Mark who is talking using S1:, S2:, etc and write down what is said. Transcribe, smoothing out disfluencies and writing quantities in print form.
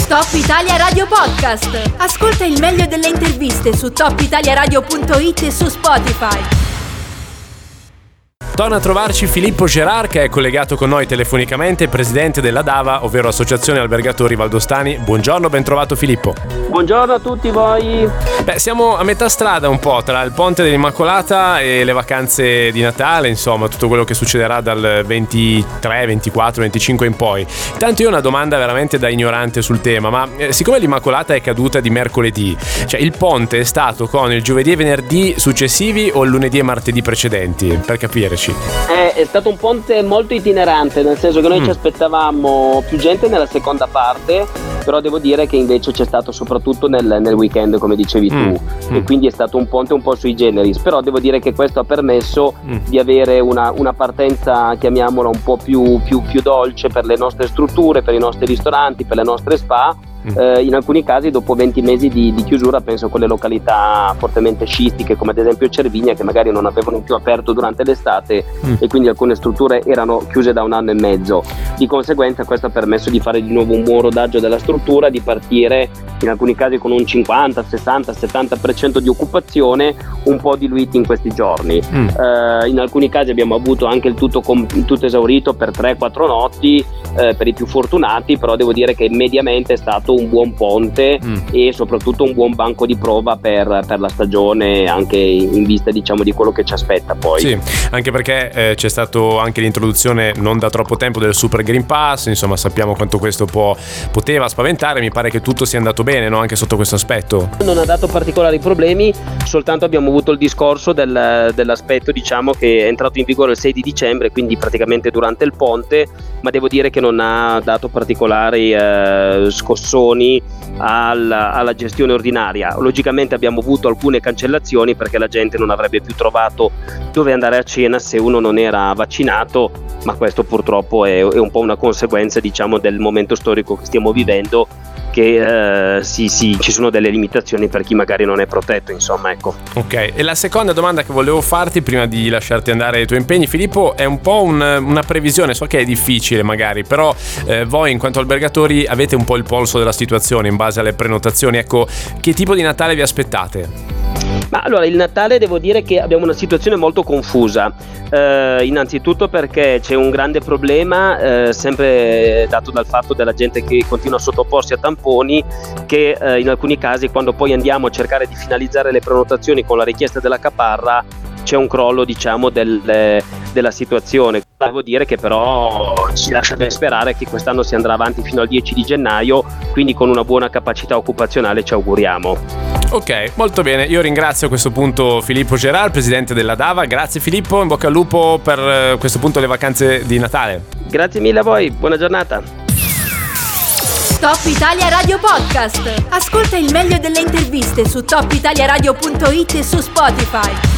S1: Top Italia Radio Podcast. Ascolta il meglio delle interviste su topitaliaradio.it e su Spotify.
S2: Torna a trovarci Filippo Gerard, che è collegato con noi telefonicamente, presidente della DAVA, ovvero Associazione Albergatori Valdostani. Buongiorno, ben trovato Filippo.
S3: Buongiorno a tutti voi.
S2: Siamo a metà strada un po' tra il Ponte dell'Immacolata e le vacanze di Natale, insomma, tutto quello che succederà dal 23, 24, 25 in poi. Tanto io ho una domanda veramente da ignorante sul tema, ma siccome l'Immacolata è caduta di mercoledì, cioè il ponte è stato con il giovedì e venerdì successivi o il lunedì e martedì precedenti, per capirci?
S3: È stato un ponte molto itinerante, nel senso che noi ci aspettavamo più gente nella seconda parte, però devo dire che invece c'è stato soprattutto nel weekend, come dicevi tu, e quindi è stato un ponte un po' sui generis, però devo dire che questo ha permesso di avere una partenza, chiamiamola un po' più dolce per le nostre strutture, per i nostri ristoranti, per le nostre spa. In alcuni casi dopo 20 mesi di chiusura, penso a quelle località fortemente sciistiche come ad esempio Cervinia, che magari non avevano più aperto durante l'estate e quindi alcune strutture erano chiuse da 1 anno e mezzo. Di conseguenza questo ha permesso di fare di nuovo un buon rodaggio della struttura, di partire in alcuni casi con un 50, 60, 70% di occupazione, un po' diluiti in questi giorni. In alcuni casi abbiamo avuto anche il tutto esaurito per 3-4 notti per i più fortunati, però devo dire che mediamente è stato un buon ponte e soprattutto un buon banco di prova per la stagione, anche in vista, diciamo, di quello che ci aspetta poi.
S2: Sì, anche perché c'è stato anche l'introduzione non da troppo tempo del Super Green Pass, insomma sappiamo quanto questo poteva spaventare. Mi pare che tutto sia andato bene, no? Anche sotto questo aspetto
S3: non ha dato particolari problemi, soltanto abbiamo avuto il discorso dell'aspetto, diciamo, che è entrato in vigore il 6 di dicembre, quindi praticamente durante il ponte, ma devo dire che non ha dato particolari scossoni alla gestione ordinaria. Logicamente abbiamo avuto alcune cancellazioni perché la gente non avrebbe più trovato dove andare a cena se uno non era vaccinato, ma questo purtroppo è un po' una conseguenza, diciamo, del momento storico che stiamo vivendo, che ci sono delle limitazioni per chi magari non è protetto, insomma, ecco.
S2: Ok, e la seconda domanda che volevo farti prima di lasciarti andare ai tuoi impegni, Filippo, è un po' una previsione. So che è difficile magari, però voi in quanto albergatori avete un po' il polso della situazione in base alle prenotazioni. Ecco, che tipo di Natale vi aspettate?
S3: Ma allora, il Natale devo dire che abbiamo una situazione molto confusa, innanzitutto perché c'è un grande problema sempre dato dal fatto della gente che continua a sottoporsi a tamponi, che in alcuni casi, quando poi andiamo a cercare di finalizzare le prenotazioni con la richiesta della caparra, c'è un crollo, diciamo, della situazione. Devo dire che però ci lascia ben sperare che quest'anno si andrà avanti fino al 10 di gennaio, quindi con una buona capacità occupazionale ci auguriamo.
S2: Ok, molto bene. Io ringrazio a questo punto Filippo Gerard, presidente della DAVA. Grazie Filippo, in bocca al lupo per questo punto le vacanze di Natale.
S3: Grazie mille a voi, buona giornata.
S1: Top Italia Radio Podcast. Ascolta il meglio delle interviste su topitaliaradio.it e su Spotify.